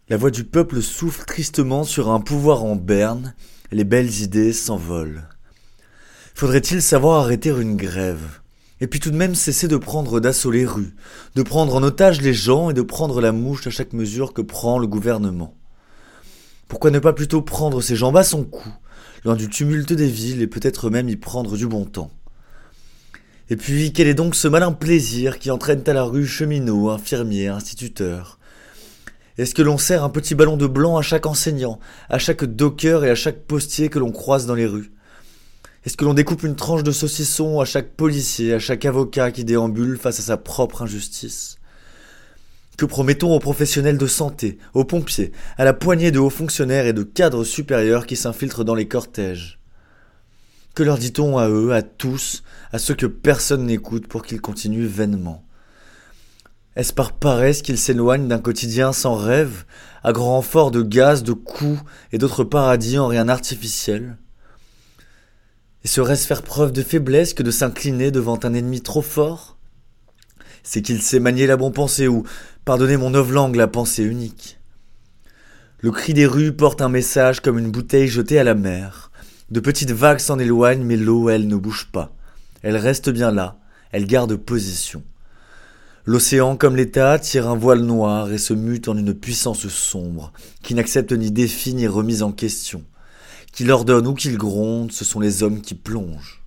La voix du peuple souffle tristement sur un pouvoir en berne, les belles idées s'envolent. Faudrait-il savoir arrêter une grève? Et puis tout de même cesser de prendre d'assaut les rues, de prendre en otage les gens et de prendre la mouche à chaque mesure que prend le gouvernement. Pourquoi ne pas plutôt prendre ces jambes à son cou, loin du tumulte des villes et peut-être même y prendre du bon temps? Et puis quel est donc ce malin plaisir qui entraîne à la rue cheminots, infirmiers, instituteurs? Est-ce que l'on sert un petit ballon de blanc à chaque enseignant, à chaque docker et à chaque postier que l'on croise dans les rues? Est-ce que l'on découpe une tranche de saucisson à chaque policier, à chaque avocat qui déambule face à sa propre injustice? Que promettons aux professionnels de santé, aux pompiers, à la poignée de hauts fonctionnaires et de cadres supérieurs qui s'infiltrent dans les cortèges? Que leur dit-on à eux, à tous, à ceux que personne n'écoute pour qu'ils continuent vainement? Est-ce par paresse qu'ils s'éloignent d'un quotidien sans rêve, à grand renfort de gaz, de coups et d'autres paradis en rien artificiels? Et serait-ce faire preuve de faiblesse que de s'incliner devant un ennemi trop fort? C'est qu'il sait manier la bonne pensée ou, pardonnez mon novlangue, la pensée unique. Le cri des rues porte un message comme une bouteille jetée à la mer. De petites vagues s'en éloignent, mais l'eau, elle, ne bouge pas. Elle reste bien là, elle garde position. L'océan, comme l'État, tire un voile noir et se mute en une puissance sombre, qui n'accepte ni défi ni remise en question. Qu'il ordonne ou qu'il gronde, ce sont les hommes qui plongent.